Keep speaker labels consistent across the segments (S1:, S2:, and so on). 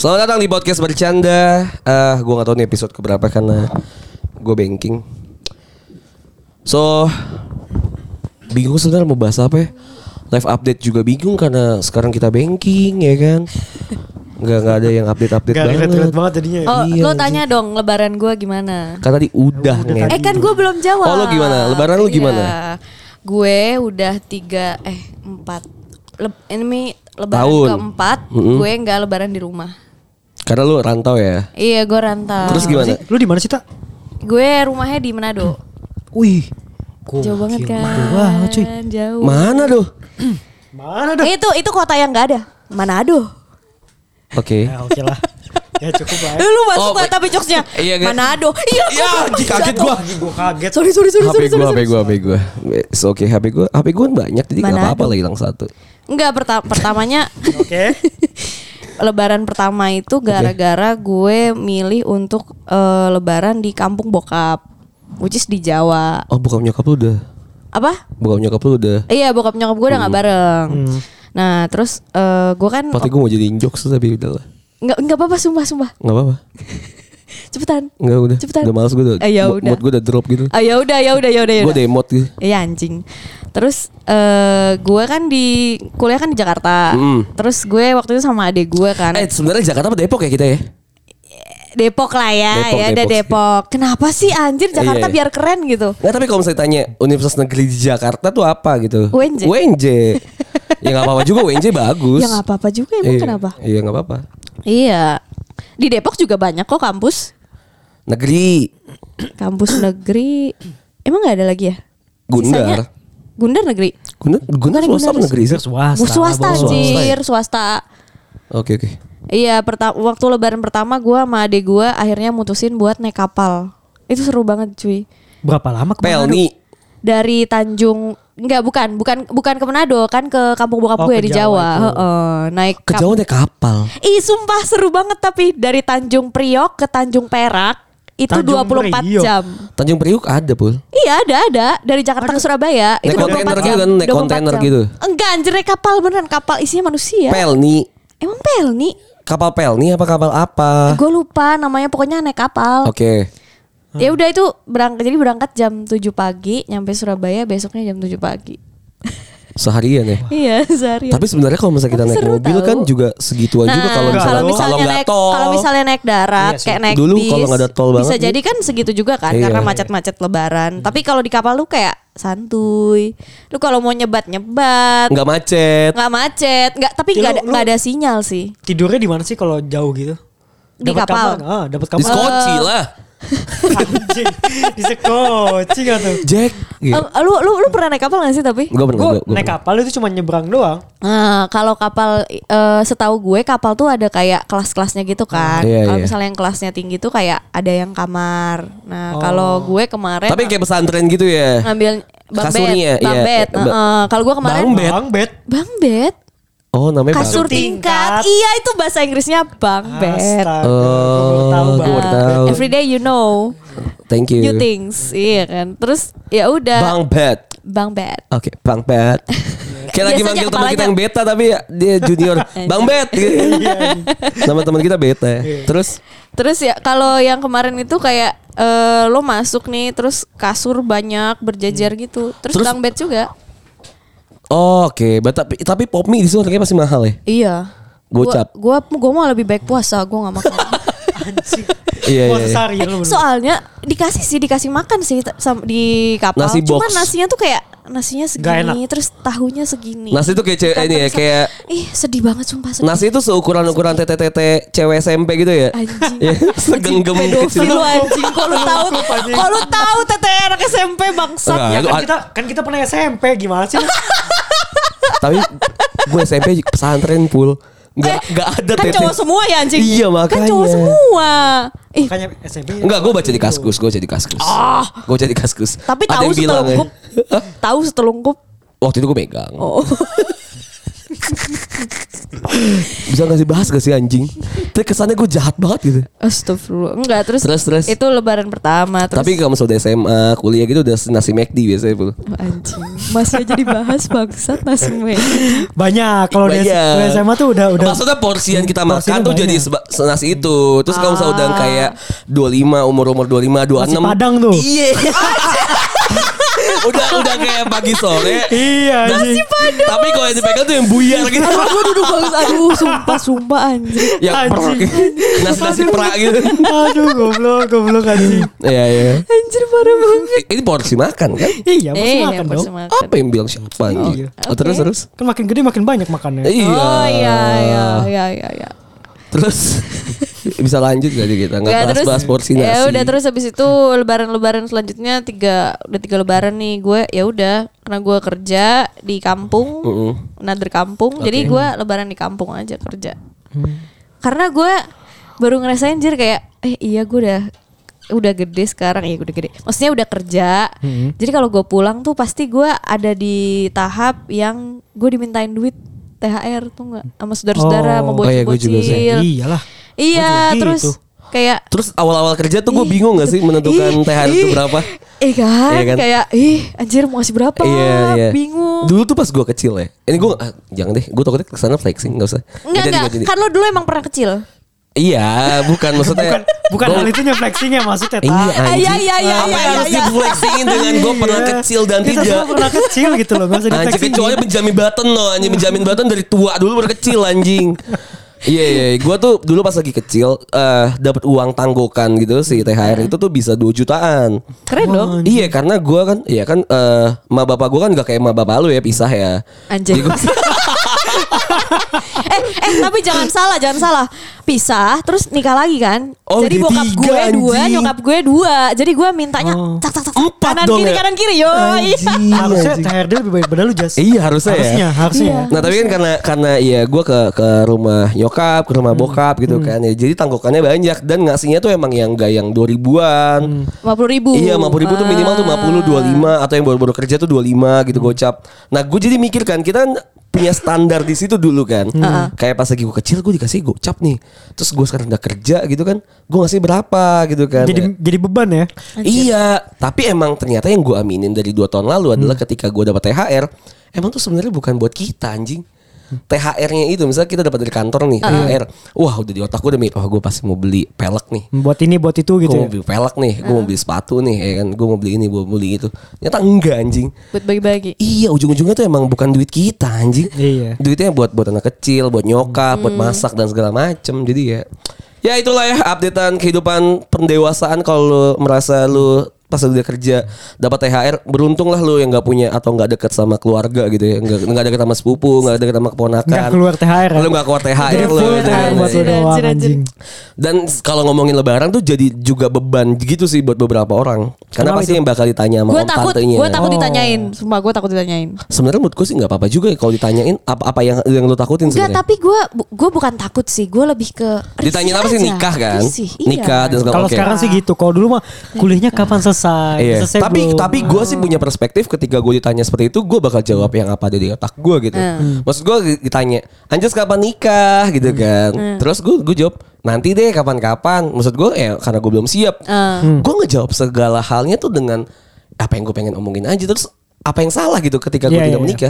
S1: Selamat datang di podcast bercanda. Gue gak tahu nih episode keberapa karena gue banking. So bingung sebenarnya mau bahas apa ya. Live update juga bingung karena sekarang kita banking ya kan. Gak ada yang update-update banget.
S2: Gak banget jadinya.
S3: Oh,
S1: iya,
S3: lo tanya dong lebaran gue gimana?
S1: Kan tadi udah ngen.
S3: Kan gue belum jawab.
S1: Oh, lo gimana? Lebaran lo gimana?
S3: Iya. Gue udah 4 ini lebaran
S1: Tahun.
S3: keempat. Gue gak lebaran di rumah.
S1: Karena lu rantau ya.
S3: Iya, gue rantau.
S1: Terus gimana?
S2: Lu di mana sih, Tak?
S3: Gue rumahnya di Manado.
S2: Wih.
S3: Jauh banget kan?
S2: Jauh banget, cuy.
S3: Jauh.
S1: Mana tuh?
S2: Mana dah?
S3: Itu kota yang gak ada. Manado.
S1: Oke.
S2: Ya, oke lah. Ya cukup lah.
S3: Lu masuk
S1: Oh,
S3: gak tapi jokesnya?
S1: iya, kan?
S3: Manado. Iya,
S1: Kaget gua.
S2: Gue kaget.
S3: Sorry.
S1: HP gue. It's okay, HP gue banyak jadi gak
S3: Manado.
S1: apa-apa lah hilang satu.
S3: Enggak, pertamanya
S2: Oke.
S3: lebaran pertama itu gara-gara gue milih untuk lebaran di kampung bokap, which is di Jawa.
S1: Oh, bokap nyokap lu udah.
S3: Apa?
S1: Bokap nyokap lu udah.
S3: Iya, bokap nyokap gue udah nggak bareng. Nah, terus gue kan
S1: Pasti gue mau jadiin jokes tapi udah lah.
S3: nggak apa-apa, sumpah.
S1: Gak apa-apa.
S3: Cepetan.
S1: Enggak udah.
S3: Cepetan.
S1: Udah males gue udah.
S3: Ya udah.
S1: Mood gue udah drop gitu.
S3: Ah, ya udah.
S1: Gue demot gitu.
S3: Iya, anjing. Terus gue kan di kuliah kan di Jakarta. Terus gue waktu itu sama adik gue kan.
S1: Sebenarnya Jakarta apa Depok ya kita ya?
S3: Depok lah ya, ada
S1: Depok.
S3: Depok. Kenapa sih anjir Jakarta
S1: Iya.
S3: biar keren gitu?
S1: Nggak, tapi kalau misalnya tanya Universitas Negeri di Jakarta tuh apa gitu?
S3: UNJ.
S1: Ya gak apa-apa juga, UNJ bagus.
S3: Ya nggak apa-apa juga emang kenapa?
S1: Iya gak apa-apa.
S3: Iya. Di Depok juga banyak kok kampus.
S1: Negeri.
S3: Kampus negeri. Emang nggak ada lagi ya?
S1: Gundar.
S3: Sisanya Gundar negeri.
S1: Gundar swasta apa negeri sih?
S3: Swasta anjir, swasta.
S1: Oke.
S3: Iya, waktu lebaran pertama gue sama adik gue akhirnya mutusin buat naik kapal. Itu seru banget cuy.
S2: Berapa lama ke Manado?
S1: Pelni.
S3: Dari Tanjung bukan ke Manado, kan ke kampung bokap
S2: Oh,
S3: gue
S2: ke
S3: di
S2: Jawa
S3: Jawa.
S2: itu.
S3: Naik
S1: Ke Jawa naik kapal.
S3: Ih, sumpah seru banget tapi dari Tanjung Priok ke Tanjung Perak itu
S2: Tanjung
S3: 24
S2: Priok.
S3: jam.
S1: Tanjung Priuk ada pul.
S3: Iya, ada dari Jakarta ke Surabaya
S1: Naik
S3: itu 24
S1: kontainer
S3: jam.
S1: gitu kan, naik
S3: 24
S1: kontainer
S3: jam.
S1: gitu.
S3: Enggak, anjir naik kapal beneran, kapal isinya manusia.
S1: Pelni.
S3: Emang Pelni?
S1: Kapal Pelni apa kapal apa?
S3: Gue lupa namanya, pokoknya naik kapal.
S1: Oke.
S3: Ya udah itu berangkat jam 7 pagi, nyampe Surabaya besoknya jam 7 pagi.
S1: Seharian ya.
S3: Iya, seharian.
S1: Tapi sebenarnya kalau misalnya kita
S3: Tapi
S1: naik
S3: seru
S1: mobil
S3: tau.
S1: kan juga segituan juga kalau misalnya
S3: naik
S1: tol.
S3: kalau misalnya naik darat
S2: Iya sih.
S3: kayak naik
S1: Dulu
S3: bis
S1: kalau nggak ada tol banget
S3: bisa
S1: gitu.
S3: jadi kan segitu juga kan
S1: Iya.
S3: karena macet-macet lebaran. Tapi kalau di kapal lu kayak santuy. Lu kalau mau nggak
S1: nggak macet.
S3: macet, tapi
S2: Ya,
S3: nggak ada sinyal sih.
S2: Tidurnya di mana sih kalau jauh gitu?
S3: Di
S2: Dapat
S3: kapal.
S2: kamar? Dapat
S1: Di
S2: kamar.
S1: skoci lah.
S2: Anjing. Di sekoci gak tuh?
S1: Jack. Gitu.
S3: Lu pernah naik kapal gak sih tapi?
S1: Gue pernah.
S2: Gue
S1: gua
S2: naik
S1: pernah.
S2: kapal itu cuma nyebrang doang.
S3: Nah, kalau kapal setahu gue kapal tuh ada kayak kelas-kelasnya gitu kan.
S1: Iya,
S3: Kalau
S1: iya.
S3: misalnya yang kelasnya tinggi tuh kayak ada yang kamar. Nah, kalau gue kemarin
S1: Tapi kayak pesantren gitu ya.
S3: ngambil
S1: Kasurnya,
S3: bang
S1: iya.
S3: bed. Kalau gue kemarin
S1: Bang bed.
S2: Bang bed.
S1: Oh namanya
S3: kasur
S1: bang.
S3: tingkat. Iya, itu bahasa Inggrisnya bang bed.
S2: Astaga. Gue tahu
S1: Oh,
S2: banget.
S1: gua tahu.
S3: Everyday you know
S1: Thank you.
S3: new things. Iya kan. Terus ya udah
S1: Bang bed.
S3: bang bed.
S1: Oke, Bang Bet. Kayak lagi
S3: Biasanya
S1: manggil teman kita
S3: kepalanya.
S1: yang beta tapi dia junior. Bang Bet gitu. Nama teman kita beta ya.
S3: Terus ya kalau yang kemarin itu kayak lo masuk nih terus kasur banyak berjejer gitu. Terus
S1: Terus-
S3: bang bed juga.
S1: Oh, oke. Tapi pop mie di situ harganya masih mahal ya.
S3: Iya.
S1: Gocap.
S3: Gua mau lebih baik puasa, gua nggak makan.
S2: Anjing.
S1: Iya,
S2: Puasa
S1: iya.
S2: seharian lu bener.
S3: Soalnya dikasih makan sih di kapal.
S1: Nasi
S3: Cuman
S1: box.
S3: nasinya tuh kayak nasinya
S2: Gak enak.
S3: segini, terus tahunya segini.
S1: Nasi itu kayak cewek ini ya, kayak
S3: Ih, sedih banget sumpah sedih.
S1: nasi itu seukuran tete cewek SMP gitu ya.
S3: Anjing.
S1: Ya, segenggam
S3: Pedofil
S1: kecil.
S3: lu anjing. Kok lu tahu tete anak SMP bangsat.
S1: Enggak,
S2: Ya
S1: itu
S2: kan kita pernah SMP gimana sih?
S1: Tapi gue SMP pesantren full. Enggak ada
S3: Kan
S1: tete.
S3: cowok semua ya anjing.
S1: Iya,
S3: Kan
S1: makanya.
S3: cowok semua. Ih,
S2: Makanya SMP.
S1: Enggak, gue baca di Kaskus, gue jadi Kaskus. Gue jadi Kaskus.
S3: tapi
S1: Ada
S3: tahu
S1: yang bilang ya.
S3: setelungkup. Tahu setelungkup.
S1: Waktu itu gue megang.
S3: Oh.
S1: Bisa gak sih bahas gak sih anjing? Tapi kesannya gue jahat banget gitu.
S3: Astagfirullah. Enggak, terus
S1: Terus.
S3: itu lebaran pertama. Terus
S1: Tapi kalau misalnya udah SMA, kuliah gitu udah nasi McD biasanya bro.
S3: anjing. Masih aja dibahas bangsat nasi McD.
S2: Banyak kalau di
S1: Banyak.
S2: SMA tuh udah
S1: Maksudnya porsi yang kita makan
S2: porsinya
S1: tuh
S2: banyak.
S1: jadi nasi itu. Terus kalau misalnya udah kayak 25, umur 25, 26.
S2: Nasi Padang tuh.
S1: Iya. udah kayak pagi sore.
S2: Iya.
S1: Nasi Padang. Tapi kalau yang dipegang tuh yang buyar gitu.
S3: Gue duduk banget. Aduh, sumpah anjing.
S1: Yang nasi pra gitu.
S2: Aduh, goblok anjing.
S1: Iya.
S3: Anjir parah banget.
S1: Ini porsi makan kan?
S2: Iya, pasti makan dong.
S3: porsi makan.
S1: Apa yang bilang siapa anjing?
S3: Oke.
S1: Terus.
S2: Kan makin gede makin banyak makannya.
S1: Iya.
S3: Oh iya.
S1: Terus bisa lanjut gak sih kita nggak bahas porsi nasi?
S3: Ya udah terus habis itu lebaran selanjutnya udah tiga lebaran nih gue ya udah karena gue kerja di kampung, another kampung, jadi gue lebaran di kampung aja kerja. Karena gue baru ngerasain jir kayak iya gue udah gede sekarang ya udah gede. Maksudnya udah kerja. Jadi kalau gue pulang tuh pasti gue ada di tahap yang gue dimintain duit THR tuh nggak sama saudara-saudara sama
S1: iya, gue juga sih.
S3: bocil-bocil.
S2: Iyalah.
S3: Iya,
S2: Gua juga
S3: terus
S2: gitu.
S3: kayak
S1: Terus awal-awal kerja tuh gue bingung gak sih menentukan THR itu berapa?
S3: Kan,
S1: Iya kan?
S3: kayak anjir mau ngasih berapa?
S1: Iya.
S3: Bingung.
S1: Dulu tuh pas gue kecil ya. Ini gue jangan deh. Gue takutnya kesana flexing nggak usah.
S3: Enggak. Kan lo dulu emang pernah kecil.
S1: Iya, bukan maksudnya.
S2: Bukan hal itunya flexingnya maksudnya.
S1: Iya anjing.
S3: Iya.
S1: Apa yang harus di-flexingin dengan gue pernah kecil dan
S2: Kita
S1: tidak?
S2: semua pernah kecil gitu loh, enggak usah
S1: Anjing
S2: di-flexingin.
S1: kecuali Benjamin Button loh. Anjing Benjamin Button dari tua dulu baru kecil anjing. Iya. Gue tuh dulu pas lagi kecil dapat uang tanggokan gitu si THR itu tuh bisa 2 jutaan.
S3: Keren dong.
S1: Iya karena gue kan, iya kan, emak bapak gue kan gak kayak emak bapak lu ya pisah ya.
S3: Anjir. Tapi jangan salah. Pisah terus nikah lagi kan.
S1: Oh,
S3: jadi
S1: jadi
S3: bokap
S1: 3,
S3: gue 2,
S1: anjing.
S3: nyokap gue 2. Jadi gue mintanya cak
S1: 4 dong ya?
S3: kanan kiri yo.
S1: Anjing.
S2: Harusnya THR dia lebih baik pada lu Jas.
S1: Iya harusnya ya.
S2: Harusnya.
S1: Nah tapi kan karena ya gue ke rumah nyokap, ke rumah bokap gitu kan ya. Jadi tanggokannya banyak dan ngasihnya tuh emang yang gak yang 2000-an.
S3: 50.000.
S1: Iya 50.000 tuh minimal tuh 50, 25 atau yang baru-baru kerja tuh 25 gitu gocap. Nah gue jadi mikir kan kita kan punya standar di situ dulu kan. Kayak pas lagi gue kecil gue dikasih gocap nih. Terus gue sekarang udah kerja gitu kan, gue ngasih berapa gitu kan.
S2: Jadi beban ya.
S1: Iya, tapi emang ternyata yang gue aminin dari 2 tahun lalu adalah ketika gue dapat THR, emang tuh sebenarnya bukan buat kita anjing. THR-nya itu misalnya kita dapat dari kantor nih THR. Wah udah di otak gue udah mikir, gue pasti mau beli pelek nih.
S2: Buat ini buat itu gitu
S1: Gue
S2: ya.
S1: mau beli pelek nih, gue mau beli sepatu nih, ya kan, gue mau beli ini, gue mau beli itu. Ternyata enggak anjing.
S3: Buat bagi-bagi.
S1: Iya, ujung-ujungnya tuh emang bukan duit kita anjing.
S2: Iya.
S1: Duitnya buat anak kecil, buat nyokap, buat masak dan segala macem. Jadi ya itulah ya updatean kehidupan pendewasaan kalau lu merasa lu pas udah kerja dapat THR, beruntung lah lu yang nggak punya atau nggak deket sama keluarga gitu ya, nggak deket sama sepupu, nggak deket sama keponakan.
S2: Nggak keluar THR ya?
S1: Lu nggak keluar THR
S2: Jadi
S1: lu.
S2: full THR buat lu doang
S3: Anjir.
S2: anjing.
S1: Dan kalau ngomongin lebaran tuh jadi juga beban gitu sih buat beberapa orang. Karena
S2: Kenapa
S1: pasti
S2: itu?
S1: yang bakal ditanya sama
S3: Gue
S1: om
S3: takut,
S1: tantenya.
S3: ditanyain. Sumpah gue takut ditanyain.
S1: Sebenarnya menurutku sih nggak apa-apa juga ya kalau ditanyain apa yang lu takutin
S3: Enggak,
S1: sebenarnya.
S3: tapi gue bukan takut sih. Gue lebih ke
S1: Ditanyain apa sih,
S3: aja.
S1: nikah kan?
S3: Risih, iya.
S1: Nikah dan segala
S2: Kalau
S1: oke.
S2: sekarang sih gitu. Kalau dulu mah kuliahnya kapan selesai?
S1: Iya.
S2: Selesai
S1: Tapi gue sih punya perspektif ketika gue ditanya seperti itu, gue bakal jawab yang apa ada di otak gue gitu. Maksud gue ditanya, Anjas kapan nikah gitu kan? Terus gue jawab nanti deh kapan-kapan. Maksud gue karena gue belum siap. Gue ngejawab segala halnya tuh dengan apa yang gue pengen omongin aja. Terus apa yang salah gitu ketika gue tidak menikah?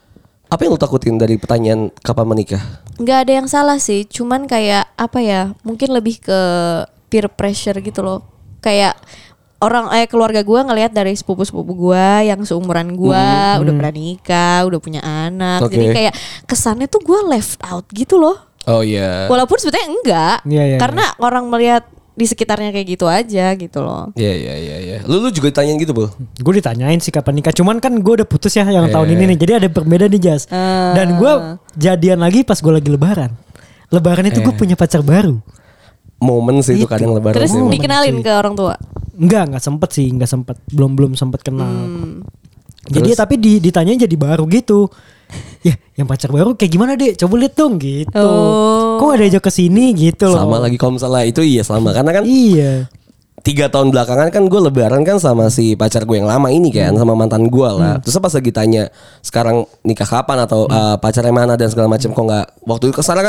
S1: Apa yang lu takutin dari pertanyaan kapan menikah?
S3: Nggak ada yang salah sih. Cuman kayak apa ya? Mungkin lebih ke peer pressure gitu loh. Kayak orang keluarga gue ngelihat dari sepupu-sepupu gue yang seumuran gue udah pernah nikah, udah punya anak.
S1: Oke.
S3: Jadi kayak kesannya tuh gue left out gitu loh.
S1: Oh iya.
S3: Walaupun sebetulnya enggak.
S2: Iya,
S3: Karena orang melihat di sekitarnya kayak gitu aja gitu loh.
S1: Iya. Lu juga ditanyain gitu, Bu?
S2: Gue ditanyain sih kapan nikah. Cuman kan gue udah putus ya yang tahun ini nih. Jadi ada berbeda nih Jas. Dan gue jadian lagi pas gue lagi lebaran. Lebaran itu gue punya pacar baru.
S1: Momen sih itu kadang lebaran.
S3: Terus
S1: sih.
S3: dikenalin ke orang tua.
S2: Enggak sempet sih, enggak sempet. Belum sempet kenal. Jadi
S1: Terus?
S2: tapi ditanyain jadi baru gitu. Ya, yang pacar baru kayak gimana deh? Coba lihat dong gitu. Kok gak diajak ke sini gitu loh.
S1: Sama lagi kalau misalnya itu iya sama karena kan
S2: Iya.
S1: 3 tahun belakangan kan gue lebaran kan sama si pacar gue yang lama ini kan sama mantan gue lah. Terus pas lagi tanya sekarang nikah kapan atau pacarnya mana dan segala macam kok nggak waktu itu kesana kan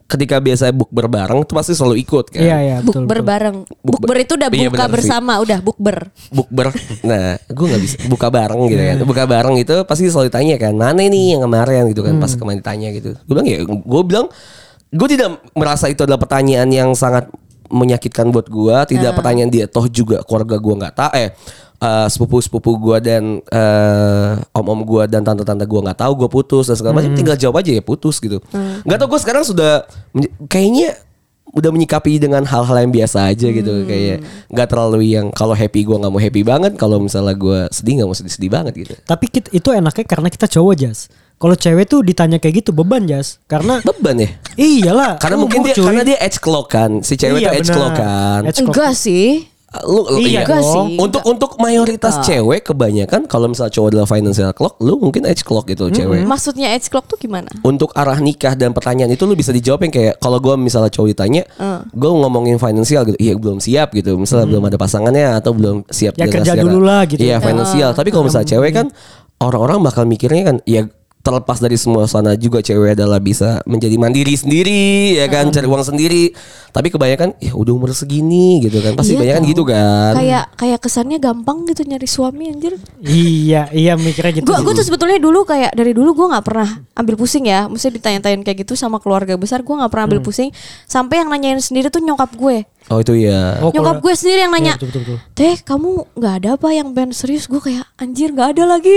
S1: ketika biasa bukber bareng itu pasti selalu ikut kan.
S2: Iya betul.
S3: Bukber bareng. Bukber itu udah
S1: Iya,
S3: buka
S1: benar sih.
S3: bersama, udah bukber.
S1: Bukber. Nah, gue nggak bisa buka bareng gitu kan. Buka bareng itu pasti selalu ditanya kan, mana nih yang kemarin gitu kan. Pas kemarin ditanya gitu. Gue bilang gue tidak merasa itu adalah pertanyaan yang sangat menyakitkan buat gue. Tidak pertanyaan dia, toh juga keluarga gue nggak tahu. Sepupu-sepupu gue dan om-om gue dan tante-tante gue nggak tahu gue putus dan segala macam, tinggal jawab aja ya putus gitu. Nggak tahu, gue sekarang sudah kayaknya udah menyikapi dengan hal-hal yang biasa aja gitu, kayak nggak terlalu yang kalau happy gue nggak mau happy banget, kalau misalnya gue sedih nggak mau sedih-sedih banget gitu.
S2: Tapi itu enaknya karena kita cowok, Jas. Kalau cewek tuh ditanya kayak gitu beban, Jas. Karena
S1: Beban ya?
S2: iyalah.
S1: Karena mungkin dia karena dia edge clock kan, si cewek
S2: Iya,
S1: tuh edge
S2: benar.
S1: clock kan.
S2: Edge clock.
S3: Enggak sih.
S1: Lu
S2: Iya
S3: Enggak
S2: dong.
S3: sih.
S1: Untuk mayoritas cewek kebanyakan kalau misalnya cowok adalah financial clock, lu mungkin edge clock gitu cewek.
S3: Maksudnya edge clock tuh gimana?
S1: Untuk arah nikah dan pertanyaan itu lu bisa dijawab yang kayak kalau gue misalnya cowok ditanya, gue ngomongin financial gitu, iya belum siap gitu, misalnya belum ada pasangannya atau belum siap
S2: Ya,
S1: dengan
S2: kerja
S1: segala-
S2: dulu lah gitu.
S1: Iya financial. Tapi kalau misalnya cewek kan orang-orang bakal mikirnya kan, ya terlepas dari semua sana juga cewek adalah bisa menjadi mandiri sendiri ya kan, cari uang sendiri. Tapi kebanyakan ya udah umur segini gitu kan, pasti
S3: Iya
S1: kebanyakan
S3: tau.
S1: gitu kan.
S3: Kayak kesannya gampang gitu nyari suami anjir.
S2: Iya mikirnya gitu.
S3: Gue tuh sebetulnya dulu kayak dari dulu gue nggak pernah ambil pusing ya, mesti ditanya-tanyain kayak gitu sama keluarga besar, gue nggak pernah ambil pusing. Sampai yang nanyain sendiri tuh nyokap gue.
S1: Oh itu ya.
S2: Oh,
S3: Nyokap gue sendiri yang nanya,
S2: Iya, betul.
S3: Teh kamu nggak ada apa yang band serius? Gue kayak anjir nggak ada lagi.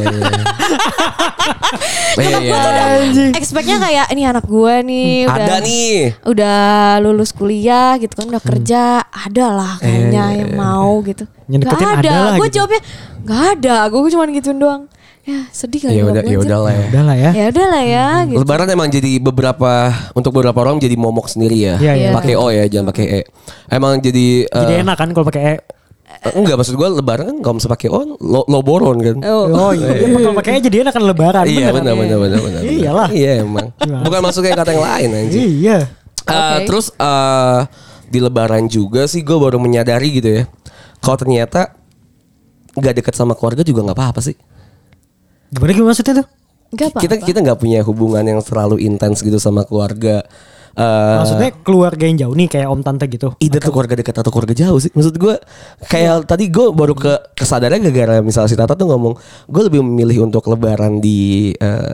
S3: Nyokap gue tuh udah expect-nya kayak ini anak gue nih
S1: Ada nih.
S3: udah lulus kuliah gitu kan, udah kerja, ada lah kayaknya yang mau gitu.
S2: Yang
S3: Nggak
S2: deketin ada lah
S3: gue
S2: gitu.
S3: jawabnya nggak ada, gue cuma gituin doang. Ya sedih kali
S1: Ya
S3: nyokap
S1: udah,
S3: gue,
S1: ya
S3: anjir.
S1: udahlah ya.
S2: Udah lah ya.
S3: Ya udahlah ya gitu.
S1: Lebaran emang jadi untuk beberapa orang jadi momok sendiri ya.
S2: Iya.
S1: Pakai O ya, jangan pakai E. Emang jadi
S2: Jadi enak kan kalau pakai
S1: enggak, maksud gue lebaran kan kalau bisa pakai O lo boron kan.
S2: Oh iya. Kalau pakai jadi enak kan lebaran.
S1: Iya benar.
S2: Iyalah.
S1: Iya emang.
S2: Gimana
S1: Bukan masuk yang kata yang lain anjing.
S2: Iya.
S3: Oke.
S1: Terus di lebaran juga sih gue baru menyadari gitu ya. Kalau ternyata nggak deket sama keluarga juga nggak apa-apa sih.
S2: Gimana maksudnya tuh?
S3: Nggak apa-apa.
S1: Kita nggak punya hubungan yang terlalu intens gitu sama keluarga.
S2: Maksudnya keluarga yang jauh nih kayak om tante gitu.
S1: Either tuh keluarga dekat atau keluarga jauh sih. Maksud gue kayak tadi gue baru kesadarannya gara-gara misalnya si Tata tuh ngomong, gue lebih memilih untuk lebaran di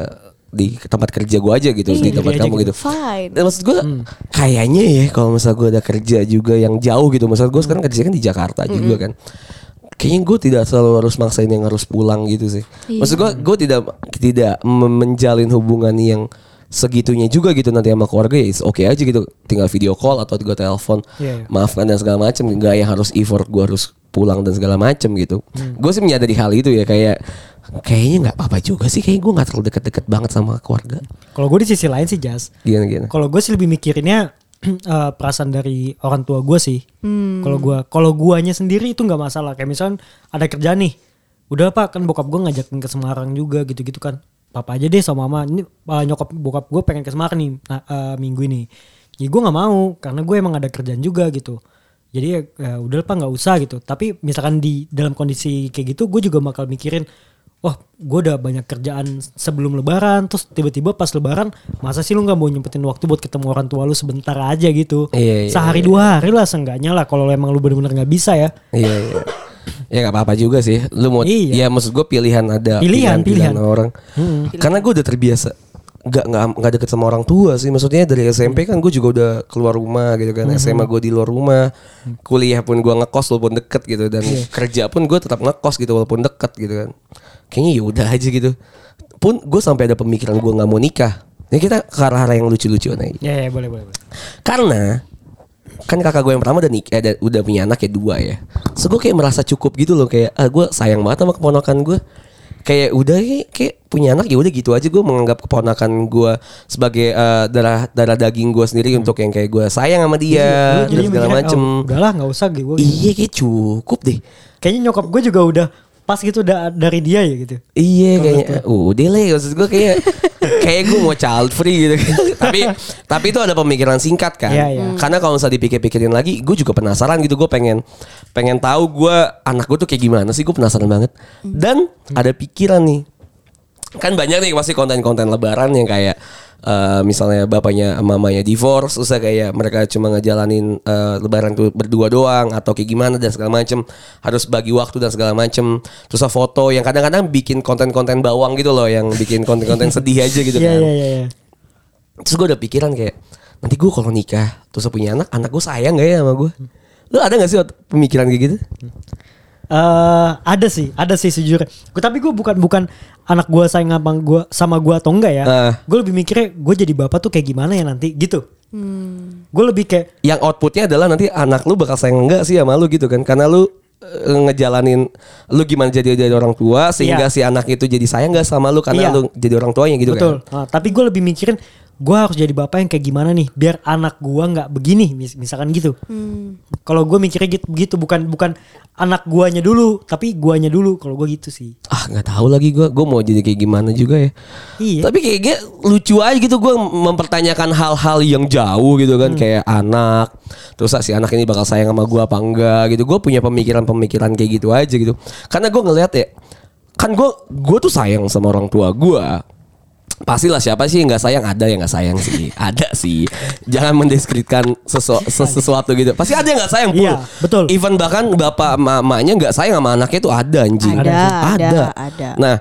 S1: tempat kerja gue aja gitu, di tempat
S2: aja
S1: kamu gitu.
S3: Fine.
S1: Dan maksud gue kayaknya ya kalau misalnya gue ada kerja juga yang jauh gitu, maksud gue sekarang kerja kan di Jakarta juga kan. Kayaknya gue tidak selalu harus maksain yang harus pulang gitu sih. Maksud gue tidak menjalin hubungan yang segitunya juga gitu nanti sama keluarga, ya oke aja gitu, tinggal video call atau gue telepon, maafkan dan segala macam, nggak yang harus effort gue harus pulang dan segala macam gitu. Gue sih menyadari hal itu ya, kayaknya nggak apa-apa juga sih, kayak gue nggak terlalu deket-deket banget sama keluarga.
S2: Kalau gue di sisi lain sih, Jas.
S1: Gimana?
S2: Kalau gue sih lebih mikirinnya perasaan dari orang tua gue sih. Kalau guanya sendiri itu nggak masalah. Kayak misalnya ada kerjaan nih, udah Pak, kan bokap gue ngajakin ke Semarang juga gitu-gitu kan. Papa aja deh sama mama. Ini nyokap bokap gue pengen ke Semarang nih minggu ini. Ya gue nggak mau karena gue emang ada kerjaan juga gitu. Jadi ya udah Pak, nggak usah gitu. Tapi misalkan di dalam kondisi kayak gitu, gue juga bakal mikirin, wah gue udah banyak kerjaan sebelum lebaran, terus tiba-tiba pas lebaran masa sih lu gak mau nyempetin waktu buat ketemu orang tua lu sebentar aja gitu.
S1: Iya,
S2: Sehari 2 hari lah seenggaknya lah, kalau emang lu bener-bener gak bisa ya.
S1: Iya. Ya nggak apa-apa juga sih. Lu mau?
S2: Iya.
S1: Ya maksud gue pilihan ada.
S2: Pilihan.
S1: Orang. Karena gue udah terbiasa. Nggak deket sama orang tua sih. Maksudnya dari SMP kan gue juga udah keluar rumah gitu kan. SMA gue di luar rumah. Kuliah pun gue ngekos walaupun deket gitu. Dan kerja pun gue tetap ngekos gitu walaupun deket gitu kan. Kayaknya yaudah aja gitu. Pun gue sampai ada pemikiran gue nggak mau nikah. Ini kita ke arah-arah yang lucu-lucuan aja.
S2: Ya boleh.
S1: Karena kan kakak gue yang pertama udah punya anak ya 2 ya. So gue kayak merasa cukup gitu loh, kayak gue sayang banget sama keponakan gue. Kayak udah kayak punya anak ya udah gitu aja, gue menganggap keponakan gue sebagai darah daging gue sendiri untuk yang kayak gue sayang sama dia dan segala macem.
S2: Udahlah nggak usah gue.
S1: Iya kayak cukup deh.
S2: Kayaknya nyokap gue juga udah pas gitu dari dia ya gitu.
S1: Iya kayaknya udah lah, maksud gue kayak gue mau child free gitu kan. tapi itu ada pemikiran singkat kan.
S2: Iya.
S1: Karena kalau misalnya dipikir-pikirin lagi, gue juga penasaran gitu. Gue pengen tahu gue anak gue tuh kayak gimana sih. Gue penasaran banget. Dan ada pikiran nih, kan banyak nih pasti konten-konten lebaran yang kayak misalnya bapaknya mamanya divorce, terus kayak mereka cuma ngejalanin lebaran tuh berdua doang atau kayak gimana dan segala macem, harus bagi waktu dan segala macem. Terus foto yang kadang-kadang bikin konten-konten bawang gitu loh, yang bikin konten-konten sedih aja gitu kan. Terus gue udah pikiran kayak nanti gue kalau nikah terus punya anak gue sayang gak ya sama gue? Lu ada gak sih pemikiran kayak gitu?
S2: Ada sih sejujurnya. Tapi gue bukan anak gue sayang sama gue atau enggak ya. Gue lebih mikirnya gue jadi bapak tuh kayak gimana ya nanti gitu. Gue lebih kayak
S1: yang outputnya adalah nanti anak lu bakal sayang enggak sih sama lu gitu kan? Karena lu ngejalanin lu gimana jadi orang tua sehingga si anak itu jadi sayang enggak sama lu karena lu jadi orang tuanya gitu.
S2: Betul.
S1: Kan.
S2: Tapi gue lebih mikirin gue harus jadi bapak yang kayak gimana nih biar anak gue nggak begini misalkan gitu. Kalau gue mikirnya gitu bukan anak guanya dulu tapi guanya dulu kalau gue gitu sih.
S1: Nggak tahu lagi gue mau jadi kayak gimana juga ya.
S2: Iya.
S1: Tapi kayaknya lucu aja gitu gue mempertanyakan hal-hal yang jauh gitu kan, kayak anak terus si anak ini bakal sayang sama gue apa enggak gitu. Gue punya pemikiran kayak gitu aja gitu karena gue ngeliat ya kan gue tuh sayang sama orang tua gue. Pastilah siapa sih yang nggak sayang, ada yang nggak sayang sih, ada sih. Jangan mendeskripsikan sesuatu gitu. Pasti ada yang nggak sayang pun.
S2: Iya, betul.
S1: Even bahkan bapak mamanya nggak sayang sama anaknya itu ada anjing.
S3: Ada.
S1: Nah,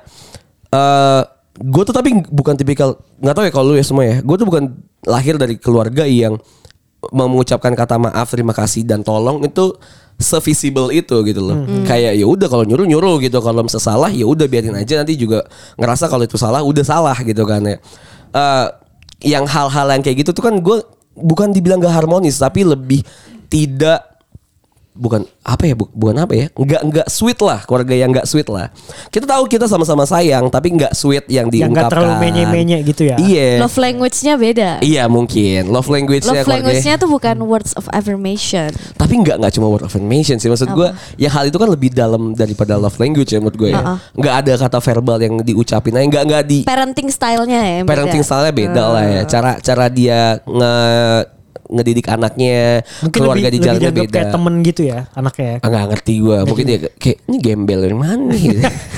S1: gue tuh tapi bukan tipikal, nggak tahu ya kalau lu ya semua ya. Gue tuh bukan lahir dari keluarga yang mengucapkan kata maaf, terima kasih dan tolong itu se-visible itu gitu loh. Kayak ya udah kalau nyuruh gitu, kalau misalnya salah ya udah biarin aja, nanti juga ngerasa kalau itu salah udah salah gitu kan ya. Yang hal-hal yang kayak gitu tuh kan gue bukan dibilang gak harmonis tapi lebih tidak bukan apa ya nggak sweet lah, keluarga yang nggak sweet lah. Kita tahu kita sama-sama sayang tapi nggak sweet yang diungkapkan, yang nggak terlalu
S2: menye-menye gitu ya.
S1: Iya.
S3: Love language-nya beda.
S1: Iya mungkin love language-nya
S3: tuh bukan words of affirmation.
S1: Tapi nggak cuma word of affirmation sih, maksud gue ya hal itu kan lebih dalam daripada love language ya menurut gue ya. Nggak ada kata verbal yang diucapin aja, nggak di
S3: parenting stylenya ya.
S1: Parenting stylenya beda lah ya. Cara dia ngedidik anaknya,
S2: mungkin
S1: keluarga di jalannya beda.
S2: Kayak temen gitu ya anaknya ya.
S1: Nggak ngerti gue. Mungkin dia kayak ini gembel dari mana gitu.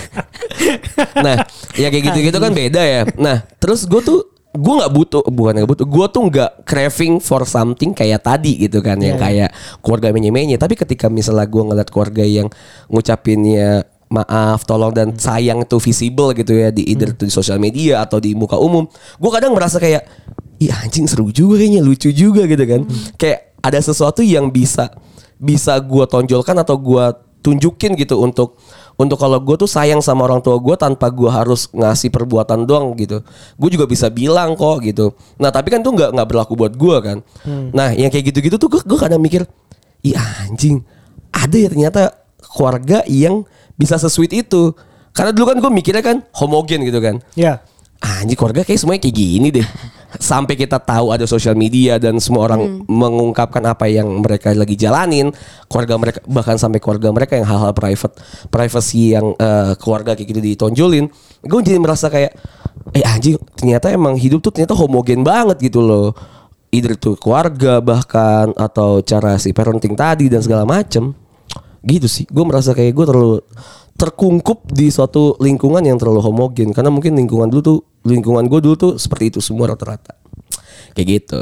S1: Nah ya kayak gitu-gitu kan beda ya. Nah terus gue nggak butuh, gue tuh nggak craving for something kayak tadi gitu kan, yang kayak keluarga menye-menye. Tapi ketika misalnya gue ngeliat keluarga yang ngucapinnya maaf, tolong dan sayang itu visible gitu ya, di either di sosial media atau di muka umum, gue kadang merasa kayak iya anjing seru juga kayaknya, lucu juga gitu kan. Kayak ada sesuatu yang bisa gue tonjolkan atau gue tunjukin gitu untuk kalau gue tuh sayang sama orang tua gue tanpa gue harus ngasih perbuatan doang gitu. Gue juga bisa bilang kok gitu. Nah tapi kan tuh nggak berlaku buat gue kan. Nah yang kayak gitu-gitu tuh gue kadang mikir, iya anjing ada ya ternyata keluarga yang bisa se-sweet itu. Karena dulu kan gue mikirnya kan homogen gitu kan.
S2: Iya.
S1: Anjing keluarga kayak semuanya kayak gini deh. Sampai kita tahu ada sosial media dan semua orang mengungkapkan apa yang mereka lagi jalanin, keluarga mereka, bahkan sampai keluarga mereka yang hal-hal privacy yang keluarga kayak gitu ditonjolin. Gue jadi merasa kayak anjing ternyata emang hidup tuh ternyata homogen banget gitu loh. Either itu keluarga bahkan atau cara si parenting tadi dan segala macem. Gitu sih. Gue merasa kayak gue terlalu terkungkup di suatu lingkungan yang terlalu homogen, karena mungkin lingkungan gue dulu tuh seperti itu semua rata-rata kayak gitu.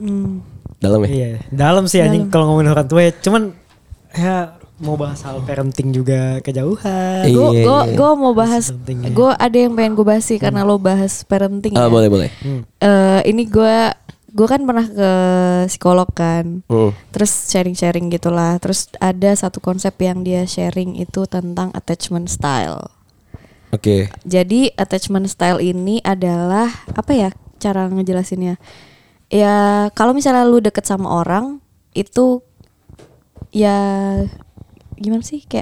S1: Dalam ya? Iya,
S2: dalam sih anjing kalau ngomongin orang tua ya. Cuman ya mau bahas hal parenting juga kejauhan.
S3: Gue mau bahas, gue ada yang pengen gue bahas sih karena lo bahas parenting ya.
S1: Boleh.
S3: Ini gue kan pernah ke psikolog kan, terus sharing gitulah. Terus ada satu konsep yang dia sharing itu tentang attachment style.
S1: Oke.
S3: Jadi attachment style ini adalah apa ya cara ngejelasinnya? Ya kalau misalnya lu deket sama orang itu ya gimana sih, kayak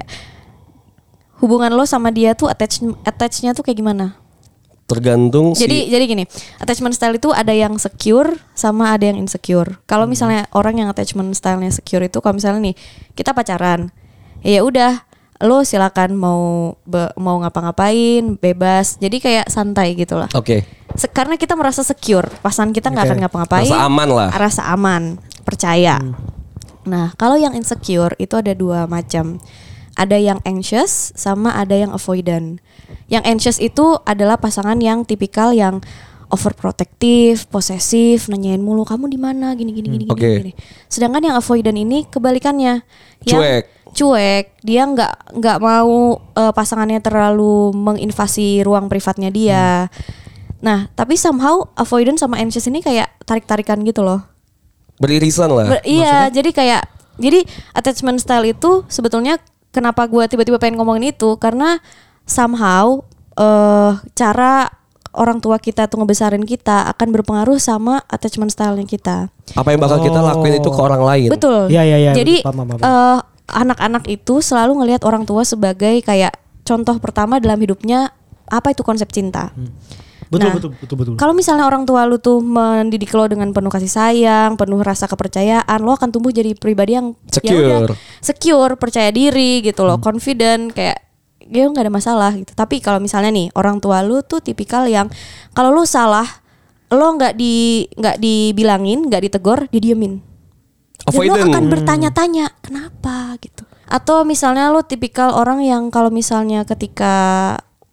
S3: hubungan lo sama dia tuh attachnya tuh kayak gimana?
S1: Tergantung
S3: jadi gini, attachment style itu ada yang secure sama ada yang insecure. Kalau misalnya orang yang attachment style-nya secure itu, kalau misalnya nih kita pacaran, ya udah lo silakan mau ngapa-ngapain bebas, jadi kayak santai gitu lah.
S1: Oke.
S3: Karena kita merasa secure, pasangan kita nggak akan ngapa-ngapain,
S1: rasa aman lah,
S3: rasa aman, percaya. Nah kalau yang insecure itu ada dua macam. Ada yang anxious sama ada yang avoidant. Yang anxious itu adalah pasangan yang tipikal yang
S4: overprotective, posesif, nanyain mulu kamu di mana, gini. Sedangkan yang avoidant ini kebalikannya, yang cuek, dia nggak mau pasangannya terlalu menginvasi ruang privatnya dia. Nah, tapi somehow avoidant sama anxious ini kayak tarik-tarikan gitu loh.
S1: Beririsan lah.
S4: Iya, jadi attachment style itu sebetulnya kenapa gue tiba-tiba pengen ngomongin itu karena somehow cara orang tua kita tuh ngebesarin kita akan berpengaruh sama attachment style-nya kita.
S1: Apa yang bakal kita lakuin itu ke orang lain.
S4: Betul.
S2: Iya.
S4: Jadi
S2: paham.
S4: anak-anak itu selalu ngelihat orang tua sebagai kayak contoh pertama dalam hidupnya apa itu konsep cinta.
S2: Betul.
S4: Kalau misalnya orang tua lu tuh mendidik lo dengan penuh kasih sayang, penuh rasa kepercayaan, lo akan tumbuh jadi pribadi yang secure, percaya diri gitu loh, confident, kayak dia nggak ada masalah gitu. Tapi kalau misalnya nih orang tua lu tuh tipikal yang kalau lu salah, lo nggak dibilangin, nggak ditegur, didiemin. Dan lo akan bertanya-tanya kenapa gitu. Atau misalnya lo tipikal orang yang kalau misalnya ketika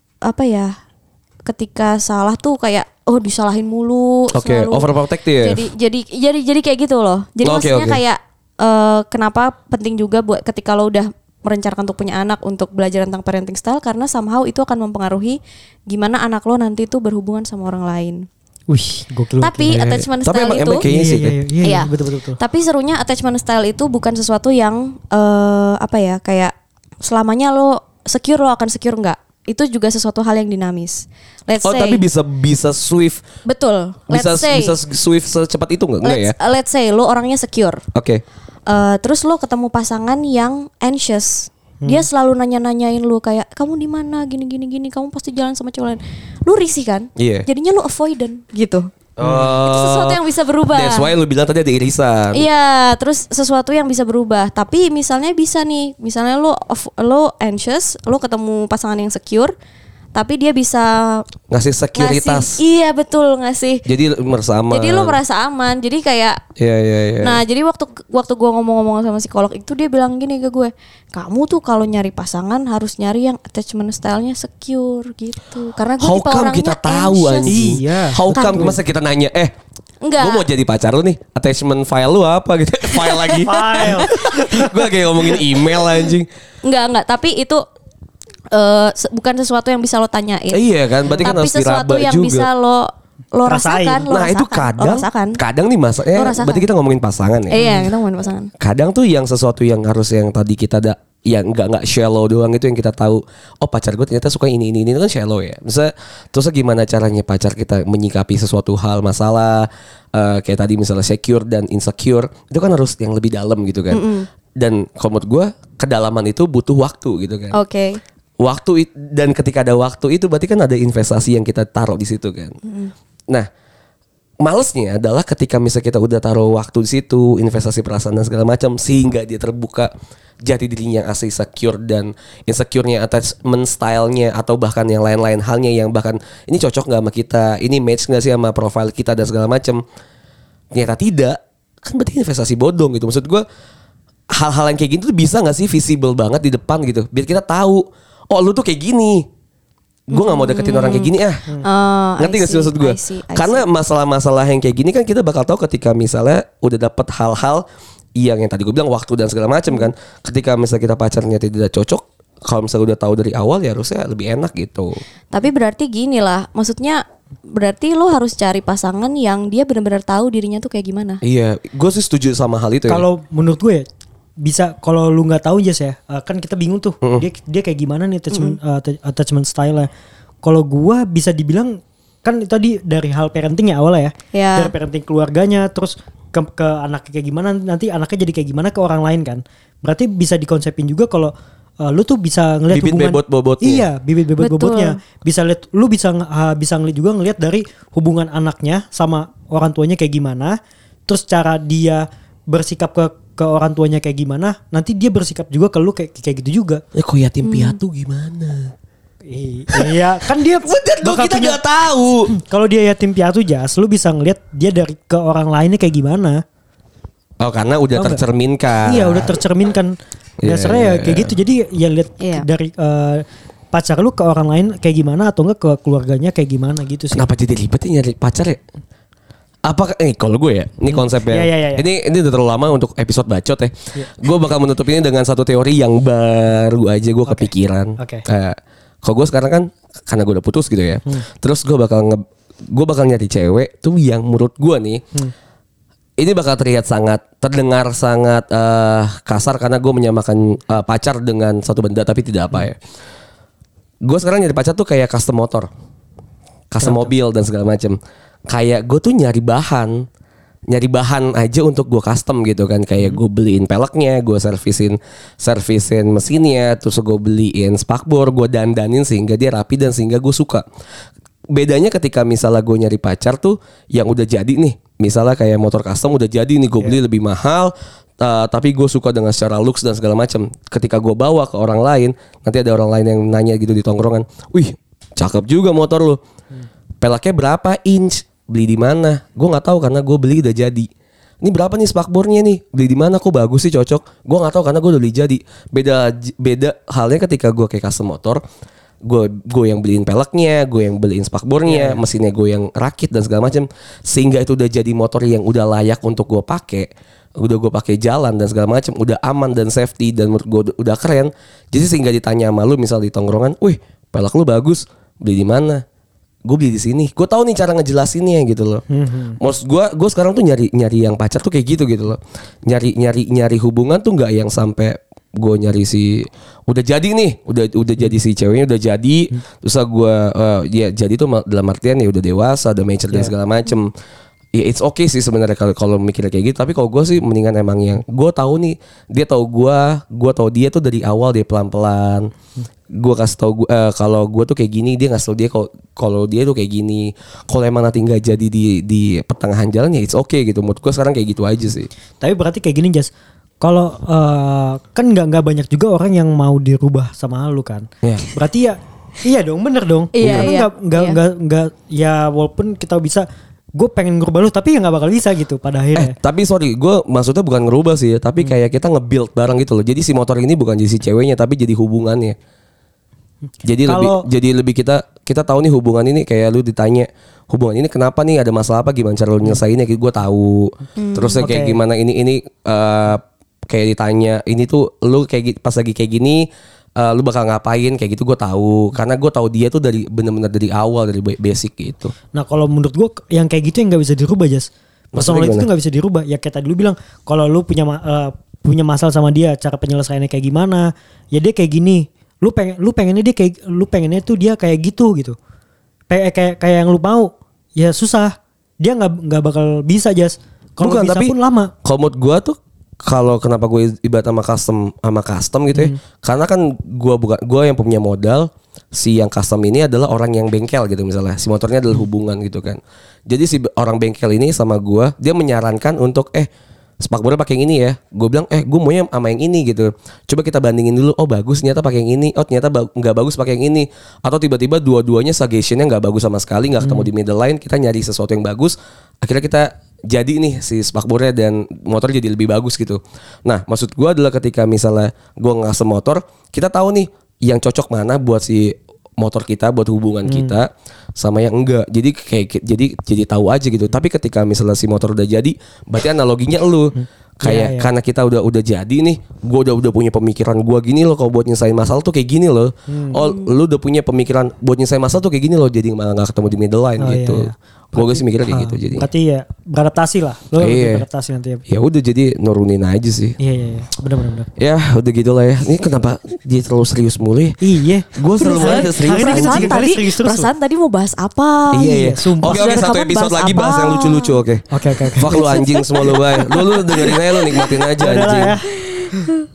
S4: salah tuh kayak disalahin mulu.
S1: Oke, overprotective.
S4: Jadi kayak gitu loh. Jadi maksudnya kayak kenapa penting juga buat ketika lo udah merencanakan untuk punya anak untuk belajar tentang parenting style karena somehow itu akan mempengaruhi gimana anak lo nanti tuh berhubungan sama orang lain.
S2: Wih, gokil.
S4: Tapi attachment style itu
S2: iya, betul.
S4: Tapi serunya attachment style itu bukan sesuatu yang kayak selamanya lo akan secure enggak. Itu juga sesuatu hal yang dinamis. Let's say,
S1: tapi bisa swift.
S4: Betul.
S1: Bisa swift secepat itu enggak ya?
S4: Let's say lo orangnya secure.
S1: Oke.
S4: Terus lo ketemu pasangan yang anxious. Dia selalu nanya-nanyain lu kayak kamu di mana gini, kamu pasti jalan sama cowok lain. Lu risih kan?
S1: Iya.
S4: Jadinya lu avoidant gitu. Itu sesuatu yang bisa berubah.
S1: That's why lu bilang tadi ada irisan.
S4: Iya, terus sesuatu yang bisa berubah. Tapi misalnya bisa nih, misalnya lo anxious, lo ketemu pasangan yang secure, tapi dia bisa
S1: ngasih sekuritas.
S4: Iya betul, ngasih.
S1: Jadi merasa aman.
S4: Jadi lo merasa aman. Jadi kayak
S1: Iya.
S4: Nah, jadi waktu gue ngomong-ngomong sama psikolog itu dia bilang gini ke gue, kamu tuh kalau nyari pasangan harus nyari yang attachment style-nya secure gitu. Karena gue tipe orangnya
S1: kita tahu
S4: anxious.
S2: Iya.
S1: How come masa kita nanya
S4: Enggak.
S1: Gue mau jadi pacar lu nih, attachment file lu apa gitu. File lagi. Gue lagi ngomongin email anjing.
S4: Enggak, tapi itu bukan sesuatu yang bisa lo tanyain.
S1: Iya kan, berarti kan harus diraba juga. Tapi sesuatu yang
S4: bisa lo rasakan.
S1: Nah itu kadang nih berarti kita ngomongin pasangan ya.
S4: Iya, kita ngomongin pasangan.
S1: Kadang tuh yang sesuatu yang harus yang tadi kita yang nggak shallow doang itu yang kita tahu. Oh pacar gue ternyata suka ini kan shallow ya. Misalnya terus gimana caranya pacar kita menyikapi sesuatu hal masalah kayak tadi misalnya secure dan insecure itu kan harus yang lebih dalam gitu kan. Dan kalau menurut gue kedalaman itu butuh waktu gitu kan.
S4: Oke.
S1: Waktu dan ketika ada waktu itu berarti kan ada investasi yang kita taruh di situ kan. Nah, malesnya adalah ketika misalnya kita udah taruh waktu di situ, investasi perasaan dan segala macam sehingga dia terbuka jati dirinya yang asli secure dan insecure-nya attachment style-nya atau bahkan yang lain-lain halnya yang bahkan ini cocok nggak sama kita, ini match nggak sih sama profile kita dan segala macam. Ternyata tidak, kan berarti investasi bodong gitu. Maksud gue hal-hal yang kayak gitu tuh bisa nggak sih visible banget di depan gitu, biar kita tahu. Oh lu tuh kayak gini, gue nggak mau deketin orang kayak gini ngerti gak sih maksud gue? Karena masalah-masalah yang kayak gini kan kita bakal tahu ketika misalnya udah dapet hal-hal yang tadi gue bilang waktu dan segala macam kan. Ketika misalnya kita pacarnya tidak cocok, kalau misalnya udah tahu dari awal ya harusnya lebih enak gitu.
S4: Tapi berarti gini lah, maksudnya berarti lo harus cari pasangan yang dia benar-benar tahu dirinya tuh kayak gimana.
S1: Iya, gue sih setuju sama hal itu.
S2: Kalau menurut gue bisa, kalau lu nggak tahu Jess ya, kan kita bingung tuh dia kayak gimana nih attachment style-nya. Kalau gua bisa dibilang kan tadi dari hal parenting ya awalnya ya, dari parenting keluarganya, terus ke anaknya kayak gimana, nanti anaknya jadi kayak gimana ke orang lain kan. Berarti bisa dikonsepin juga kalau lu tuh bisa ngelihat hubungan
S1: bebot-bobotnya.
S2: Iya, bibit-bobotnya. Bisa lihat, lu bisa ngelihat juga ngelihat dari hubungan anaknya sama orang tuanya kayak gimana, terus cara dia bersikap ke orang tuanya kayak gimana, nanti dia bersikap juga ke lu kayak gitu juga.
S1: Ya kok yatim piatu gimana?
S2: Iya, kan dia
S1: kita nggak tahu.
S2: Kalau dia yatim piatu Jas, lu bisa ngeliat dia dari ke orang lainnya kayak gimana.
S1: Oh, karena udah tercerminkan.
S2: Iya, udah tercerminkan. Dasarnya ya kayak gitu. Jadi ya lihat dari pacar lu ke orang lain kayak gimana atau enggak ke keluarganya kayak gimana gitu sih.
S1: Kenapa jadi ribet nyari pacar ya? Apa kalau gue ya, ini konsepnya.
S2: Ya.
S1: Ini udah terlalu lama untuk episode bacot ya. Gue bakal menutup ini dengan satu teori yang baru aja gue kepikiran. Kalau gue sekarang kan karena gue udah putus gitu ya. Terus gue bakal nyari cewek tuh yang menurut gue nih ini bakal terdengar sangat kasar karena gue menyamakan pacar dengan satu benda tapi tidak apa ya. Gue sekarang nyari pacar tuh kayak custom motor, custom mobil dan segala macam. Kayak gue tuh nyari bahan aja untuk gue custom gitu kan. Kayak gue beliin peleknya, gue servisin mesinnya, terus gue beliin spakbor, gue dandanin sehingga dia rapi dan sehingga gue suka. Bedanya ketika misalnya gue nyari pacar tuh yang udah jadi nih, misalnya kayak motor custom udah jadi nih, gue beli lebih mahal, tapi gue suka dengan secara looks dan segala macam. Ketika gue bawa ke orang lain, nanti ada orang lain yang nanya gitu di tongkrongan, wih cakep juga motor lu, peleknya berapa inch, beli di mana? Gue nggak tahu karena gue beli udah jadi. Ini berapa nih spakbornya nih? Beli di mana? Kok bagus sih, cocok? Gue nggak tahu karena gue udah beli jadi. Beda halnya ketika gue kayak custom motor. Gue yang beliin peleknya, gue yang beliin spakbornya, mesinnya gue yang rakit dan segala macam. Sehingga itu udah jadi motor yang udah layak untuk gue pakai. Udah gue pakai jalan dan segala macam, udah aman dan safety dan menurut gue udah keren. Jadi sehingga ditanya sama lu misal di tongkrongan, wih pelek lu bagus, beli di mana? Gue beli di sini. Gue tahu nih cara ngejelasinnya gitu loh. Maksud gue sekarang tuh nyari yang pacar tuh kayak gitu loh. Nyari hubungan tuh nggak yang sampai gue nyari si udah jadi nih, udah jadi si ceweknya udah jadi, terus gue ya jadi tuh dalam artian ya udah dewasa, udah mature dan segala macem. Ya it's okay sih sebenarnya kalau mikirnya kayak gitu. Tapi kalau gue sih mendingan emang yang gue tahu nih, dia tahu gue tahu dia tuh dari awal dia pelan-pelan. Gue kasih tahu kalau gue tuh kayak gini, dia ngasih tahu dia kalau dia tuh kayak gini. Kalau emang nanti nggak jadi di pertengahan jalan ya it's okay gitu. Menurut gue sekarang kayak gitu aja sih.
S2: Tapi berarti kayak gini Jas, kalau kan nggak banyak juga orang yang mau dirubah sama lu kan. Berarti ya iya dong, bener dong. Karena nggak ya walaupun kita bisa, gue pengen ngerubah lu tapi ya nggak bakal bisa gitu pada akhirnya.
S1: Tapi sorry, gue maksudnya bukan ngerubah sih ya, tapi kayak kita nge-build barang gitu loh. Jadi si motor ini bukan jadi si ceweknya tapi jadi hubungannya. Jadi lebih kita tahu nih hubungan ini, kayak lu ditanya hubungan ini kenapa nih, ada masalah apa, gimana cara lu nyelesainnya, gue tahu. Terusnya kayak gimana ini kayak ditanya ini tuh lu kayak pas lagi kayak gini lu bakal ngapain kayak gitu, gue tahu karena gue tahu dia tuh dari benar-benar dari awal, dari basic gitu.
S2: Nah kalau menurut gue yang kayak gitu yang nggak bisa dirubah Jas. Personality itu nggak bisa dirubah. Ya kayak tadi lu bilang kalau lu punya masalah sama dia, cara penyelesaiannya kayak gimana, ya dia kayak gini. Lu pengennya tuh dia kayak gitu. Kayak yang lu mau, ya susah. Dia nggak bakal bisa Jas. Kalau bisa pun lama.
S1: Kalau menurut gue tuh, kalau kenapa gue ibarat sama custom gitu ya, karena kan gue yang punya modal, si yang custom ini adalah orang yang bengkel gitu misalnya, si motornya adalah hubungan gitu kan. Jadi si orang bengkel ini sama gue, dia menyarankan untuk spakbornya pakai yang ini ya. Gue bilang gue maunya sama yang ini gitu. Coba kita bandingin dulu. Oh bagus ternyata pakai yang ini. Oh ternyata nggak bagus pakai yang ini. Atau tiba-tiba dua-duanya suggestionnya nggak bagus sama sekali, nggak ketemu di middle line. Kita nyari sesuatu yang bagus. Akhirnya kita jadi nih si spakbornya dan motor jadi lebih bagus gitu. Nah maksud gue adalah ketika misalnya gue ngasih motor, kita tahu nih yang cocok mana buat si motor kita, buat hubungan kita sama yang enggak. Jadi jadi tahu aja gitu. Tapi ketika misalnya si motor udah jadi, berarti analoginya lu kayak karena kita udah jadi nih, gue udah punya pemikiran gue gini loh, kalau buat nyelesain masalah tuh kayak gini loh. Oh lu udah punya pemikiran buat nyelesain masalah tuh kayak gini loh, jadi malah nggak ketemu di middle line gitu. Gue sih mikirnya kayak gitu jadi.
S2: Berarti ya beradaptasi lah. Lo beradaptasi nanti ya.
S1: Ya udah jadi nurunin aja sih.
S2: Iya. Benar.
S1: Ya udah gitulah ya. Ini kenapa dia terlalu serius mulu ya?
S2: Iya.
S1: Gue selalu
S2: serius.
S4: Perasaan tadi mau bahas apa?
S1: Iya. Oke, satu episode lagi bahas yang lucu-lucu. Oke.
S2: Oke.
S1: Fuck lu anjing semua lu, bay. Lu dengerin aja, lu nikmatin aja anjing.